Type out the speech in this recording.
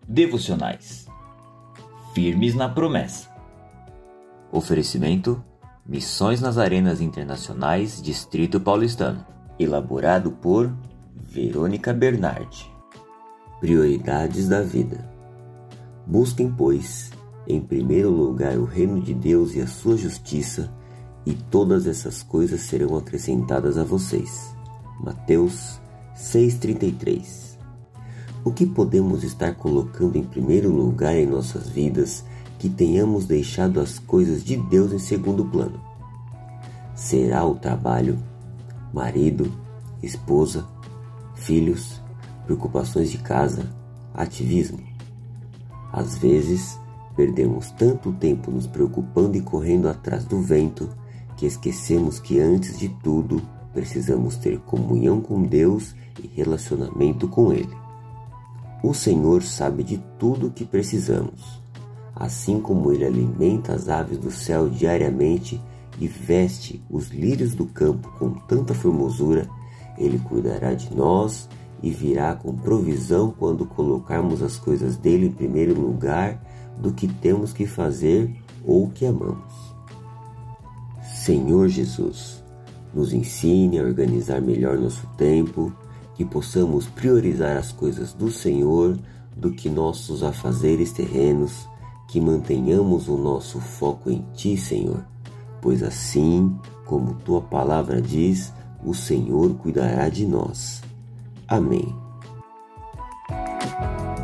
Devocionais. Firmes na promessa. Oferecimento: Missões Nazarenas Internacionais, Distrito Paulistano. Elaborado por Verônica Bernardi. Prioridades da vida. Busquem, pois, em primeiro lugar o reino de Deus e a sua justiça, e todas essas coisas serão acrescentadas a vocês. Mateus 6,33. O que podemos estar colocando em primeiro lugar em nossas vidas que tenhamos deixado as coisas de Deus em segundo plano? Será o trabalho, marido, esposa, filhos, preocupações de casa, ativismo? Às vezes, perdemos tanto tempo nos preocupando e correndo atrás do vento que esquecemos que antes de tudo precisamos ter comunhão com Deus e relacionamento com Ele. O Senhor sabe de tudo o que precisamos. Assim como Ele alimenta as aves do céu diariamente e veste os lírios do campo com tanta formosura, Ele cuidará de nós e virá com provisão quando colocarmos as coisas dele em primeiro lugar do que temos que fazer ou que amamos. Senhor Jesus, nos ensine a organizar melhor nosso tempo, que possamos priorizar as coisas do Senhor do que nossos afazeres terrenos, que mantenhamos o nosso foco em Ti, Senhor, pois assim, como Tua palavra diz, o Senhor cuidará de nós. Amém.